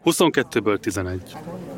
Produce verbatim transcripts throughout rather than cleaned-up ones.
huszonkettőből tizenegy.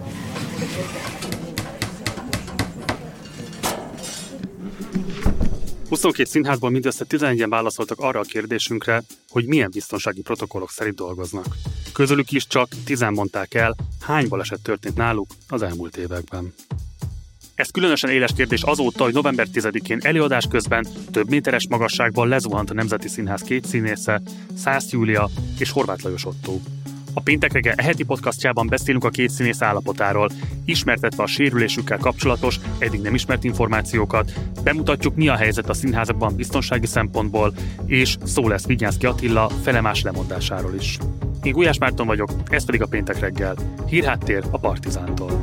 huszonkét színházból mindössze tizenegyen válaszoltak arra a kérdésünkre, hogy milyen biztonsági protokollok szerint dolgoznak. Közülük is csak tizen mondták el, hány baleset történt náluk az elmúlt években. Ez különösen éles kérdés azóta, hogy november tizedikén előadás közben több méteres magasságban lezuhant a Nemzeti Színház két színésze, Szász Júlia és Horváth Lajos Ottó. A Péntek reggel e heti podcastjában beszélünk a két színész állapotáról, ismertetve a sérülésükkel kapcsolatos, eddig nem ismert információkat, bemutatjuk, mi a helyzet a színházakban biztonsági szempontból, és szó lesz Vidnyánszky Attila felemás lemondásáról is. Én Gulyás Márton vagyok, ez pedig a Péntek reggel. Hírháttér a Partizántól.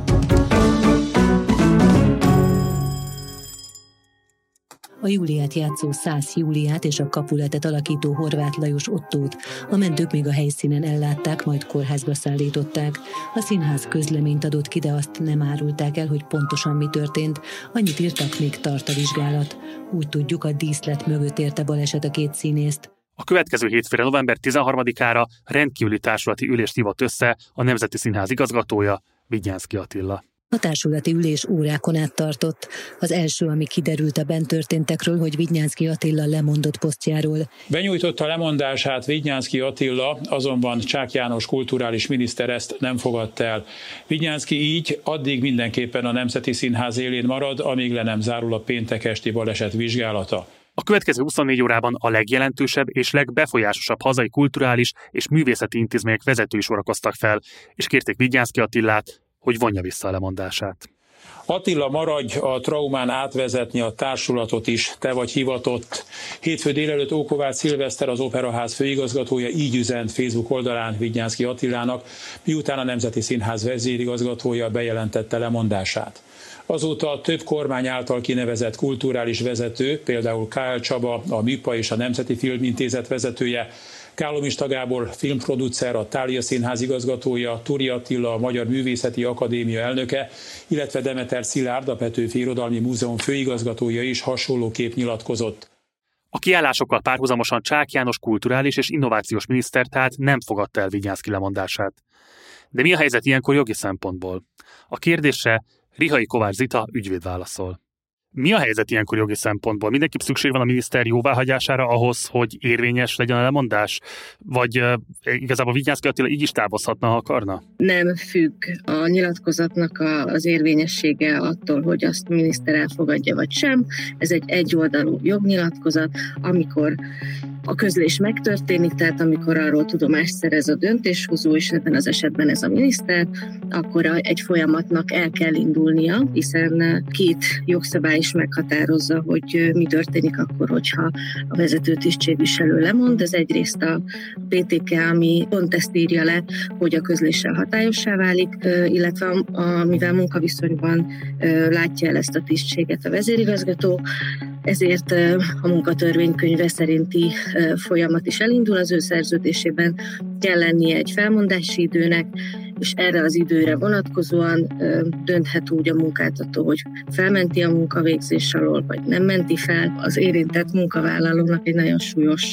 A Júliát játszó Szász Júliát és a Capuletet alakító Horváth Lajos Ottót a mentők még a helyszínen ellátták, majd kórházba szállították. A színház közleményt adott ki, de azt nem árulták el, hogy pontosan mi történt. Annyit írtak, még tart a vizsgálat. Úgy tudjuk, a díszlet mögött érte baleset a két színészt. A következő hétfőre, november tizenharmadikára rendkívüli társulati ülést hívott össze a Nemzeti Színház igazgatója, Vidnyánszky Attila. A társulati ülés órákon át tartott. Az első, ami kiderült a bent történtekről, hogy Vidnyánszky Attila lemondott posztjáról. Benyújtotta lemondását Vidnyánszky Attila, azonban Csák János kulturális miniszter ezt nem fogadta el. Vidnyánszky így addig mindenképpen a Nemzeti Színház élén marad, amíg le nem zárul a péntek esti baleset vizsgálata. A következő huszonnégy órában a legjelentősebb és legbefolyásosabb hazai kulturális és művészeti intézmények vezetői sorakoztak fel, és kérték Vidnyánszky Attilát, hogy vonja vissza a lemondását. Attila, maradj, a traumán átvezetni a társulatot is, te vagy hivatott. Hétfő délelőtt Ókovács Szilveszter, az Operaház főigazgatója így üzent Facebook oldalán Vidnyánszky Attilának, miután a Nemzeti Színház vezérigazgatója bejelentette lemondását. Azóta több kormány által kinevezett kulturális vezető, például Kál Csaba, a MIPA és a Nemzeti Filmintézet vezetője, Kálomista Gábor filmproducer, a Thália Színház igazgatója, Turi Attila, a Magyar Művészeti Akadémia elnöke, illetve Demeter Szilárd, a Petőfi Irodalmi Múzeum főigazgatója is hasonlóképp nyilatkozott. A kiállásokkal párhuzamosan Csák János kulturális és innovációs miniszter tehát nem fogadta el Vidnyánszky lemondását. De mi a helyzet ilyenkor jogi szempontból? A kérdésre Rihai Kovács Zita ügyvéd válaszol. Mi a helyzet ilyenkor jogi szempontból? Mindenképp szükség van a miniszter jóváhagyására ahhoz, hogy érvényes legyen a lemondás? Vagy uh, igazából Vidnyánszky Attila így is távozhatna, ha akarna? Nem függ a nyilatkozatnak a, az érvényessége attól, hogy azt a miniszter elfogadja vagy sem. Ez egy egyoldalú jognyilatkozat, amikor a közlés megtörténik, tehát amikor arról tudomást szerez a döntéshozó, és ebben az esetben ez a miniszter, akkor egy folyamatnak el kell indulnia, hiszen két jogszabály is meghatározza, hogy mi történik akkor, hogyha a vezető tisztségviselő lemond. Ez egyrészt a pé té ká, ami pont ezt írja le, hogy a közléssel hatályossá válik, illetve mivel munkaviszonyban látja el ezt a tisztséget a vezérigazgató, ezért a munkatörvénykönyve szerinti folyamat is elindul, az ő szerződésében kell lennie egy felmondási időnek, és erre az időre vonatkozóan dönthet úgy a munkáltató, hogy felmenti a munkavégzés alól, vagy nem menti fel. Az érintett munkavállalónak egy nagyon súlyos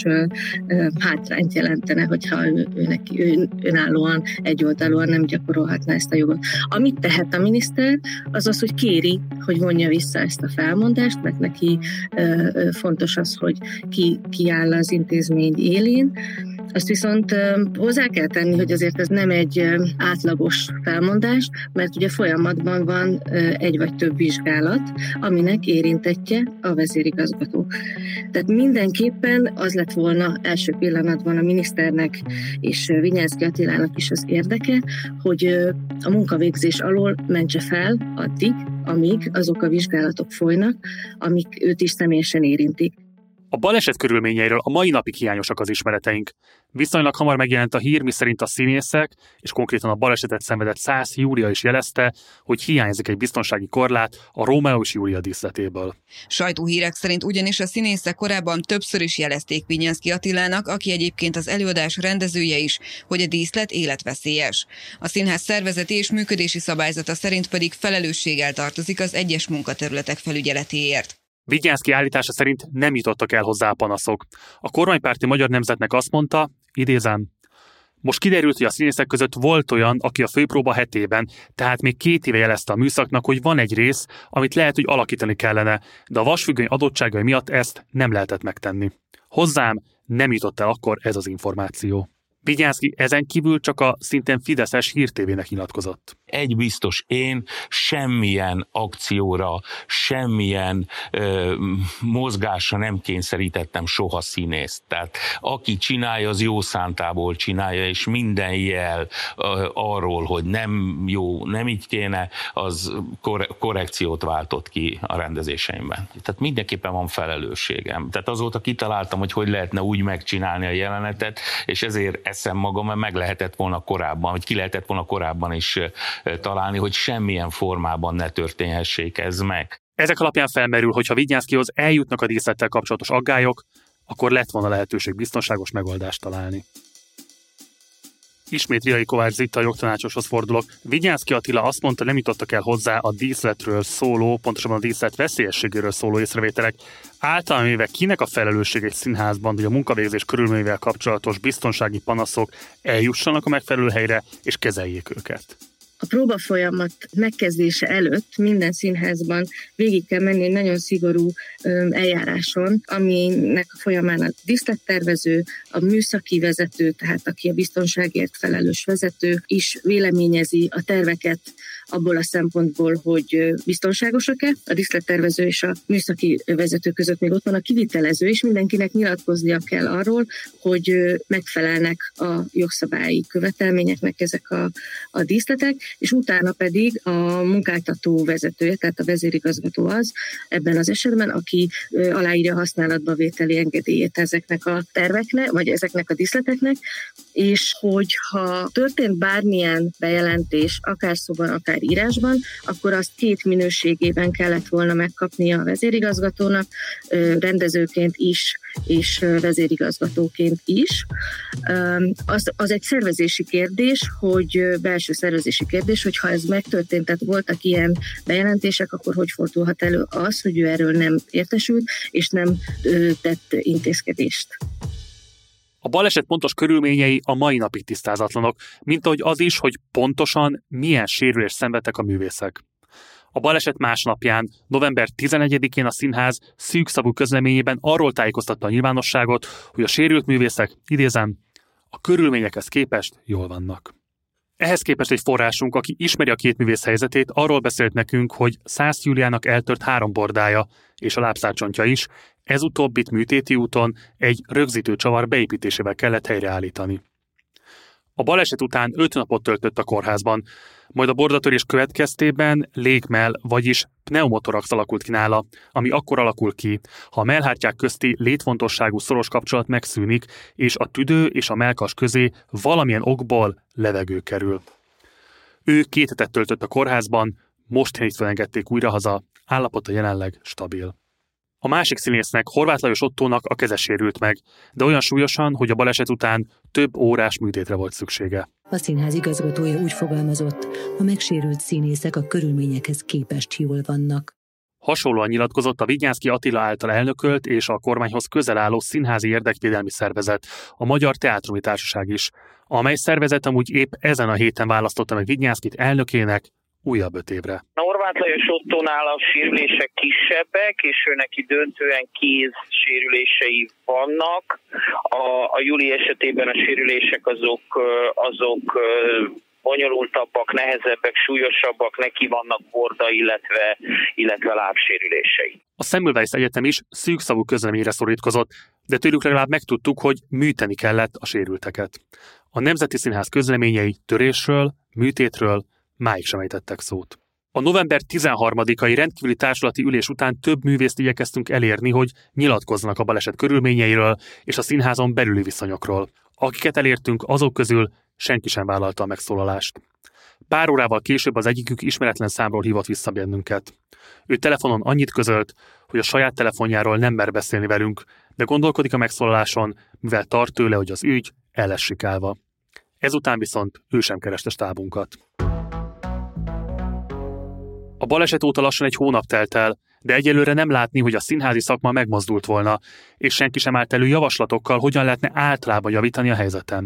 hátrányt jelentene, hogyha ő, ő neki, ő, önállóan, egyoldalúan nem gyakorolhatná ezt a jogot. Amit tehet a miniszter, az az, hogy kéri, hogy vonja vissza ezt a felmondást, mert neki fontos az, hogy ki, ki áll az intézmény élén. Azt viszont hozzá kell tenni, hogy azért ez nem egy átlagos felmondás, mert ugye folyamatban van egy vagy több vizsgálat, aminek érintettje a vezérigazgató. Tehát mindenképpen az lett volna első pillanatban a miniszternek és Vidnyánszky Attilának is az érdeke, hogy a munkavégzés alól mentse fel addig, amíg azok a vizsgálatok folynak, amik őt is személyesen érintik. A baleset körülményeiről a mai napig hiányosak az ismereteink. Viszonylag hamar megjelent a hír, miszerint a színészek, és konkrétan a balesetet szenvedett Szász Júlia is jelezte, hogy hiányzik egy biztonsági korlát a Rómeó és Júlia díszletéből. Sajtóhírek szerint ugyanis a színészek korábban többször is jelezték Vidnyánszky Attilának, aki egyébként az előadás rendezője is, hogy a díszlet életveszélyes. A színház szervezeti és működési szabályzata szerint pedig felelősséggel tartozik az egyes munkaterületek felügyeletéért. Vidnyánszky állítása szerint nem jutottak el hozzá a panaszok. A kormánypárti Magyar Nemzetnek azt mondta, idézem, Most kiderült, hogy a színészek között volt olyan, aki a főpróba hetében, tehát még két éve jelezte a műszaknak, hogy van egy rész, amit lehet, hogy alakítani kellene, de a vasfüggöny adottságai miatt ezt nem lehetett megtenni. Hozzám nem jutott el akkor ez az információ. Vignyánszky ezen kívül csak a szintén fideszes Hír té vének nyilatkozott. Egy biztos, én semmilyen akcióra, semmilyen ö, mozgásra nem kényszerítettem soha színészt. Tehát aki csinálja, az jó szántából csinálja, és minden jel ö, arról, hogy nem jó, nem így kéne, az kor- korrekciót váltott ki a rendezéseimben. Tehát mindenképpen van felelősségem. Tehát azóta kitaláltam, hogy hogy lehetne úgy megcsinálni a jelenetet, és ezért eszem magam, mert meg lehetett volna korábban, vagy ki lehetett volna korábban is találni, hogy semmilyen formában ne történhessék ez meg. Ezek alapján felmerül, hogy ha Vignyánszkyhoz eljutnak a díszlettel kapcsolatos aggályok, akkor lett volna lehetőség biztonságos megoldást találni. Ismét Riai Kovács Zitta jogtanácsoshoz fordulok. Vignyánszky Attila azt mondta, nem jutottak el hozzá a díszletről szóló, pontosabban a díszlet veszélyességéről szóló észrevételek. Általában véve kinek a felelősség egy színházban, hogy a munkavégzés körülményével kapcsolatos biztonsági panaszok eljussanak a megfelelő helyre, és kezeljék őket? A próbafolyamat megkezdése előtt minden színházban végig kell menni egy nagyon szigorú eljáráson, aminek a folyamán a díszlettervező, a műszaki vezető, tehát aki a biztonságért felelős vezető is véleményezi a terveket abból a szempontból, hogy biztonságosak-e. A díszlettervező és a műszaki vezető között még ott van a kivitelező, és mindenkinek nyilatkoznia kell arról, hogy megfelelnek a jogszabályi követelményeknek ezek a, a díszletek, és utána pedig a munkáltató vezetője, tehát a vezérigazgató az ebben az esetben, aki aláírja a használatba vételi engedélyét ezeknek a terveknek, vagy ezeknek a díszleteknek, és hogyha történt bármilyen bejelentés, akár szóban, akár írásban, akkor azt két minőségében kellett volna megkapnia a vezérigazgatónak, rendezőként is, és vezérigazgatóként is. Az, az egy szervezési kérdés, hogy belső szervezési kérdés, hogy ha ez megtörtént, tehát voltak ilyen bejelentések, akkor hogy fordulhat elő az, hogy ő erről nem értesült, és nem tett intézkedést. A baleset pontos körülményei a mai napig tisztázatlanok, mint ahogy az is, hogy pontosan milyen sérülést szenvedtek a művészek. A baleset másnapján, november tizenegyedikén a színház szűkszavú közleményében arról tájékoztatta a nyilvánosságot, hogy a sérült művészek, idézem, a körülményekhez képest jól vannak. Ehhez képest egy forrásunk, aki ismeri a két művész helyzetét, arról beszélt nekünk, hogy Szász Júliának eltört három bordája és a lábszárcsontja is, ez utóbbit műtéti úton egy rögzítő csavar beépítésével kellett helyreállítani. A baleset után öt napot töltött a kórházban, majd a bordatörés következtében légmell, vagyis pneumotorax alakult ki nála, ami akkor alakul ki, ha a mellhártyák közti létfontosságú szoros kapcsolat megszűnik, és a tüdő és a mellkas közé valamilyen okból levegő kerül. Ő két hetet töltött a kórházban, most hétfőn engedték újra haza, állapota jelenleg stabil. A másik színésznek, Horváth Lajos Ottónak a keze sérült meg, de olyan súlyosan, hogy a baleset után több órás műtétre volt szüksége. A színház igazgatója úgy fogalmazott, a megsérült színészek a körülményekhez képest jól vannak. Hasonlóan nyilatkozott a Vignyánszky Attila által elnökölt és a kormányhoz közel álló színházi érdekvédelmi szervezet, a Magyar Teátrumi Társaság is, amely szervezet amúgy épp ezen a héten választotta meg Vignyánszkyt elnökének újabb öt évre. Horváth Lajos Ottónál a sérülések kisebbek, és ő neki döntően kéz sérülései vannak. A, a Júli esetében a sérülések azok, azok bonyolultabbak, nehezebbek, súlyosabbak, neki vannak borda, illetve, illetve lábsérülései. A Semmelweis Egyetem is szűkszavú közleményre szorítkozott, de tőlük legalább megtudtuk, hogy műteni kellett a sérülteket. A Nemzeti Színház közleményei törésről, műtétről máig sem ejtettek szót. A november tizenharmadikai rendkívüli társulati ülés után több művészt igyekeztünk elérni, hogy nyilatkozzanak a baleset körülményeiről és a színházon belüli viszonyokról. Akiket elértünk, azok közül senki sem vállalta a megszólalást. Pár órával később az egyikük ismeretlen számról hívott vissza bennünket. Ő telefonon annyit közölt, hogy a saját telefonjáról nem mer beszélni velünk, de gondolkodik a megszólaláson, mivel tart tőle, hogy az ügy el lesz sikálva. Ezután viszont ő sem kereste stábunkat. A baleset óta lassan egy hónap telt el, de egyelőre nem látni, hogy a színházi szakma megmozdult volna, és senki sem állt elő javaslatokkal, hogyan lehetne általában javítani a helyzeten.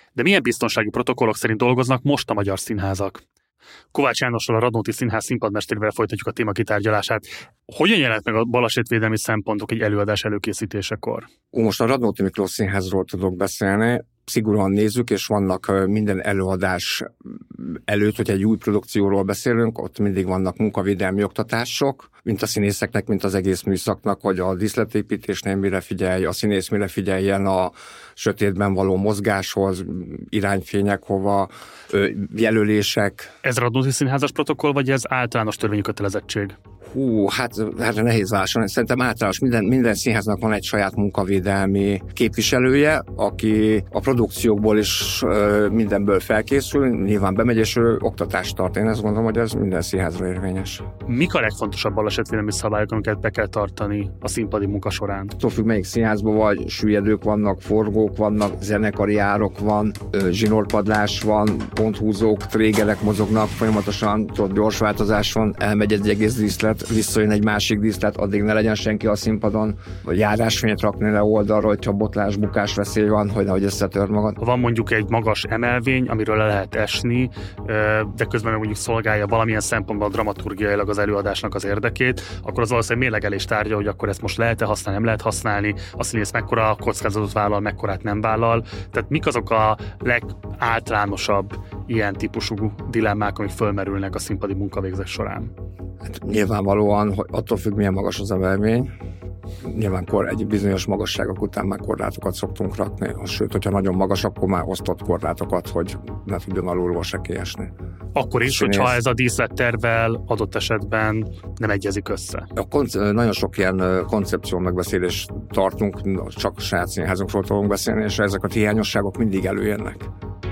De milyen biztonsági protokollok szerint dolgoznak most a magyar színházak? Kovács Jánossal, a Radnóti Színház színpadmesterével folytatjuk a téma kitárgyalását. Hogyan jelent meg a balesetvédelmi szempontok egy előadás előkészítésekor? Ó, most a Radnóti Miklós Színházról tudok beszélni. Szigorúan nézzük, és vannak minden előadás előtt, hogy egy új produkcióról beszélünk, ott mindig vannak munkavédelmi oktatások, mint a színészeknek, mint az egész műszaknak, hogy a díszletépítésnél mire figyelj, a színész mire figyeljen a sötétben való mozgáshoz, irányfények hova, jelölések. Ez Radnóti Színházas protokoll, vagy ez általános törvényi kötelezettség? Hú, hát erre nehéz válaszolni. Szerintem általános minden, minden színháznak van egy saját munkavédelmi képviselője, aki a produkciókból is ö, mindenből felkészül, nyilván bemegy és ő oktatást tart. Én azt gondolom, hogy ez minden színházra érvényes. Mik a legfontosabb balesetvédelmi szabályok, amiket be kell tartani a színpadi munka során? Attól függ, melyik színházban vagy, süllyedők vannak, forgók vannak, zenekari árok van, zsinórpadlás van, ponthúzók, trégerek mozognak, folyamatosan tudod, gyors változás van, elmegy egy egész díszlet, visszajön egy másik díszlet, addig ne legyen senki a színpadon, vagy járásfényt rakni le oldalról, hogyha botlás, bukás veszély van, hogy nehogy összetör magad. Ha van mondjuk egy magas emelvény, amiről le lehet esni, de közben mondjuk szolgálja valamilyen szempontból dramaturgiailag az előadásnak az érdekét, akkor az valószínűleg mérlegelés tárgya, hogy akkor ezt most lehet-e használni, nem lehet használni, a színész mekkora kockázatot vállal, mekkorát nem vállal. Tehát mik azok a legáltalánosabb ilyen típusú dilemmák, amik fölmerülnek a színpadi munkavégzés során? Hát nyilvánvalóan, hogy attól függ, milyen magas az emelvény. Nyilván kor, egy bizonyos magasságok után már korlátokat szoktunk rakni, sőt, hogyha nagyon magas, akkor már osztott korlátokat, hogy ne tudjon alulról se kiesni. Akkor is, Színész. Hogyha ez a díszlettervvel adott esetben nem egyezik össze. A konce- nagyon sok ilyen koncepció megbeszélést tartunk, csak a saját színházunkról tudunk beszélni, és ezek a hiányosságok mindig előjönnek.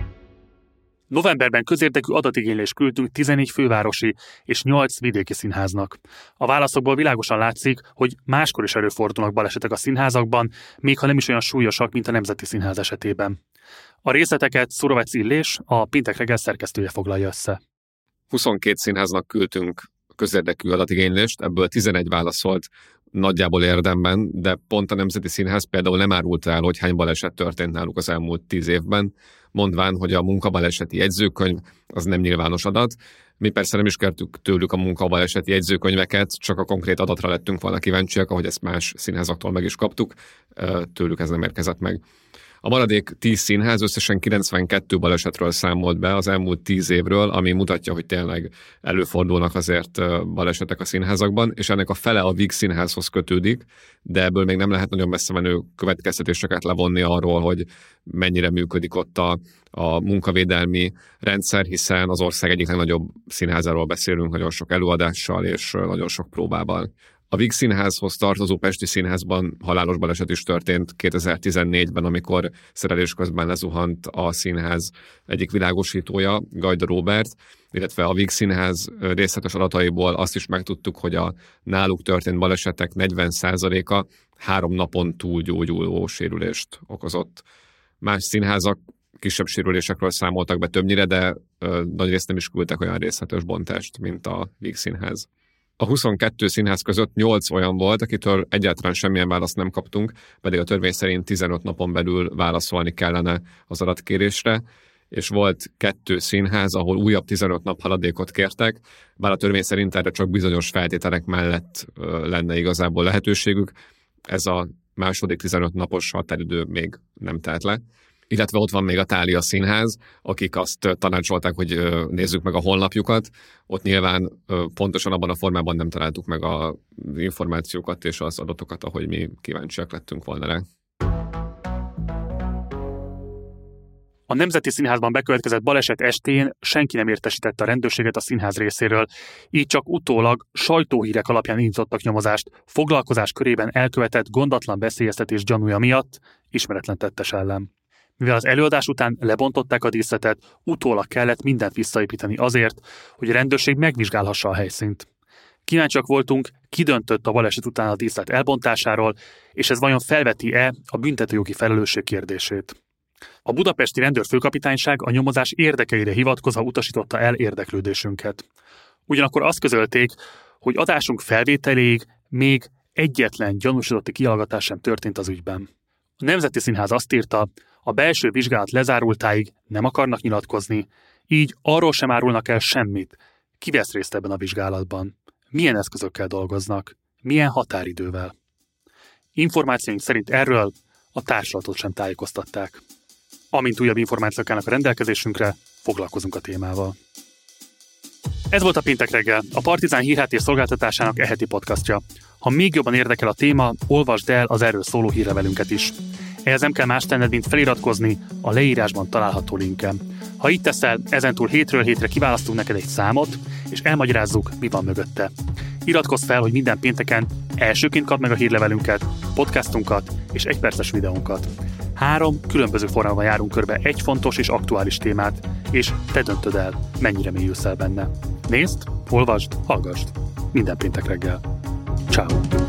Novemberben közérdekű adatigénylést küldtünk tizennégy fővárosi és nyolc vidéki színháznak. A válaszokból világosan látszik, hogy máskor is előfordulnak balesetek a színházakban, még ha nem is olyan súlyosak, mint a Nemzeti Színház esetében. A részleteket Szurovec Illés, a Péntek reggel szerkesztője foglalja össze. huszonkét színháznak küldtünk közérdekű adatigénylést, ebből tizenegy válaszolt nagyjából érdemben, de pont a Nemzeti Színház például nem árult el, hogy hány baleset történt náluk az elmúlt tíz évben, mondván, hogy a munkabaleseti jegyzőkönyv az nem nyilvános adat. Mi persze nem is kértük tőlük a munkabaleseti jegyzőkönyveket, csak a konkrét adatra lettünk volna kíváncsiak, ahogy ezt más színházaktól meg is kaptuk, tőlük ez nem érkezett meg. A maradék tíz színház összesen kilencvenkettő balesetről számolt be az elmúlt tíz évről, ami mutatja, hogy tényleg előfordulnak azért balesetek a színházakban, és ennek a fele a Víg Színházhoz kötődik, de ebből még nem lehet nagyon messze menő következtetéseket levonni arról, hogy mennyire működik ott a, a munkavédelmi rendszer, hiszen az ország egyik legnagyobb színházáról beszélünk, nagyon sok előadással és nagyon sok próbával. A Víg Színházhoz tartozó Pesti Színházban halálos baleset is történt kétezer-tizennégyben, amikor szerelés közben lezuhant a színház egyik világosítója, Gajda Róbert, illetve a Víg Színház részletes adataiból azt is megtudtuk, hogy a náluk történt balesetek negyven százaléka három napon túl gyógyuló sérülést okozott. Más színházak kisebb sérülésekről számoltak be többnyire, de ö, nagyrészt nem is küldtek olyan részletes bontást, mint a Víg Színház. A huszonkettő színház között nyolc olyan volt, akitől egyáltalán semmilyen választ nem kaptunk, pedig a törvény szerint tizenöt napon belül válaszolni kellene az adatkérésre, és volt kettő színház, ahol újabb tizenöt nap haladékot kértek, bár a törvény szerint erre csak bizonyos feltételek mellett lenne igazából lehetőségük. Ez a második tizenöt napos határidő még nem telt le. Illetve ott van még a Thália Színház, akik azt tanácsolták, hogy nézzük meg a honlapjukat. Ott nyilván pontosan abban a formában nem találtuk meg az információkat és az adatokat, ahogy mi kíváncsiak lettünk volna rá. A Nemzeti Színházban bekövetkezett baleset estén senki nem értesítette a rendőrséget a színház részéről, így csak utólag sajtóhírek alapján indítottak nyomozást foglalkozás körében elkövetett gondatlan veszélyeztetés gyanúja miatt ismeretlen tettes ellen. Mivel az előadás után lebontották a díszletet, utólag kellett mindent visszaépíteni azért, hogy a rendőrség megvizsgálhassa a helyszínt. Kíváncsiak voltunk, ki döntött a baleset után a díszlet elbontásáról, és ez vajon felveti-e a büntetőjogi felelősség kérdését. A budapesti rendőrfőkapitányság a nyomozás érdekeire hivatkozva utasította el érdeklődésünket. Ugyanakkor azt közölték, hogy adásunk felvételéig még egyetlen gyanúsítotti kihallgatás sem történt az ügyben. A Nemzeti Színház azt írta, A belső vizsgálat lezárultáig nem akarnak nyilatkozni, így arról sem árulnak el semmit. Ki vesz részt ebben a vizsgálatban? Milyen eszközökkel dolgoznak? Milyen határidővel? Információink szerint erről a társulatot sem tájékoztatták. Amint újabb információk állnak a rendelkezésünkre, foglalkozunk a témával. Ez volt a Péntek reggel, a Partizán hírháttérés szolgáltatásának e-heti podcastja. Ha még jobban érdekel a téma, olvasd el az erről szóló hírlevelünket is. Ehhez nem kell más tenned, mint feliratkozni a leírásban található linken. Ha így teszel, ezentúl hétről hétre kiválasztunk neked egy számot, és elmagyarázzuk, mi van mögötte. Iratkozz fel, hogy minden pénteken elsőként kapd meg a hírlevelünket, podcastunkat és egyperces videónkat. Három különböző formában járunk körbe egy fontos és aktuális témát, és te döntöd el, mennyire mélyülsz el benne. Nézd, olvasd, hallgasd. Minden péntek reggel. Ciao.